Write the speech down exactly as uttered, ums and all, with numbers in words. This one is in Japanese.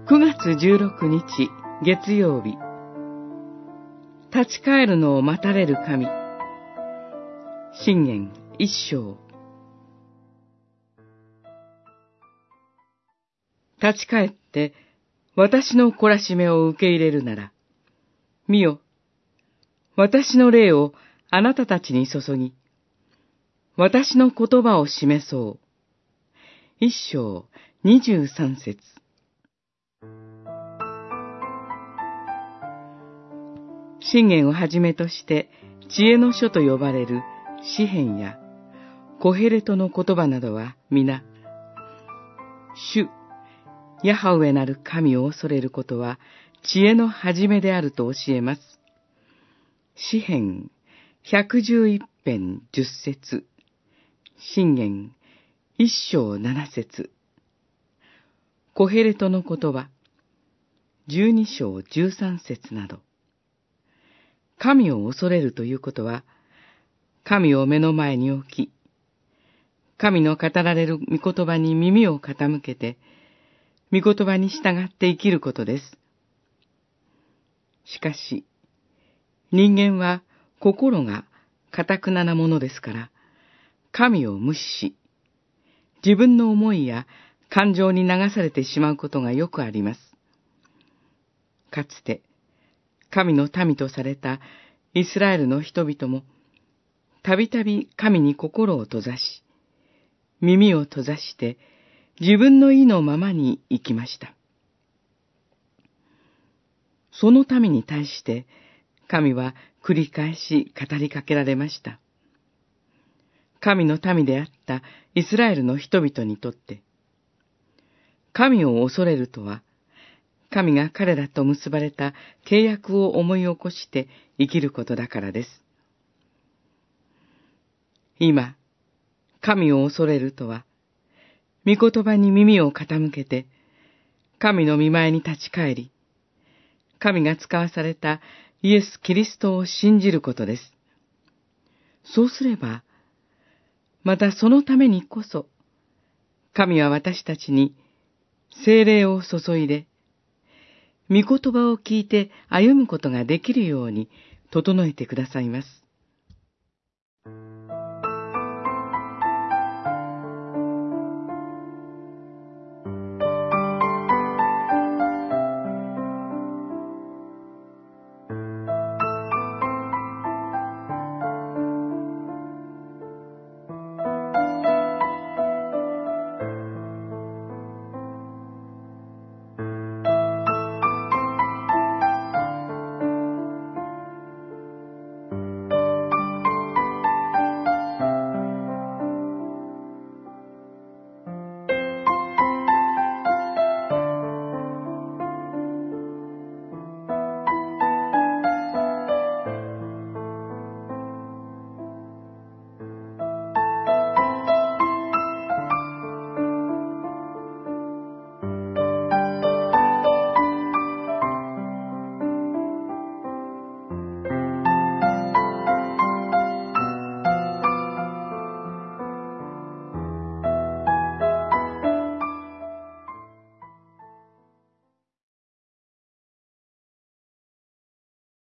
くがつじゅうろくにち月曜日、立ち返るのを待たれる神。箴言一章。立ち返って私の懲らしめを受け入れるなら、見よ、私の霊をあなたたちに注ぎ、私の言葉を示そう。一章二十三節。箴言をはじめとして知恵の書と呼ばれる詩編やコヘレトの言葉などは皆、主、ヤハウェなる神を恐れることは知恵の始めであると教えます。詩編ひゃくじゅういっぺんじゅっせつ、箴言一章七節、コヘレトの言葉じゅうに章十三節など。神を恐れるということは、神を目の前に置き、神の語られる御言葉に耳を傾けて、御言葉に従って生きることです。しかし、人間は心が堅ななものですから、神を無視し、自分の思いや感情に流されてしまうことがよくあります。かつて、神の民とされたイスラエルの人々も、たびたび神に心を閉ざし、耳を閉ざして自分の意のままに生きました。その民に対して神は繰り返し語りかけられました。神の民であったイスラエルの人々にとって、神を恐れるとは、神が彼らと結ばれた契約を思い起こして生きることだからです。今、神を恐れるとは、御言葉に耳を傾けて、神の御前に立ち返り、神が使わされたイエス・キリストを信じることです。そうすれば、またそのためにこそ、神は私たちに聖霊を注いで、御言葉を聞いて歩むことができるように整えてくださいます。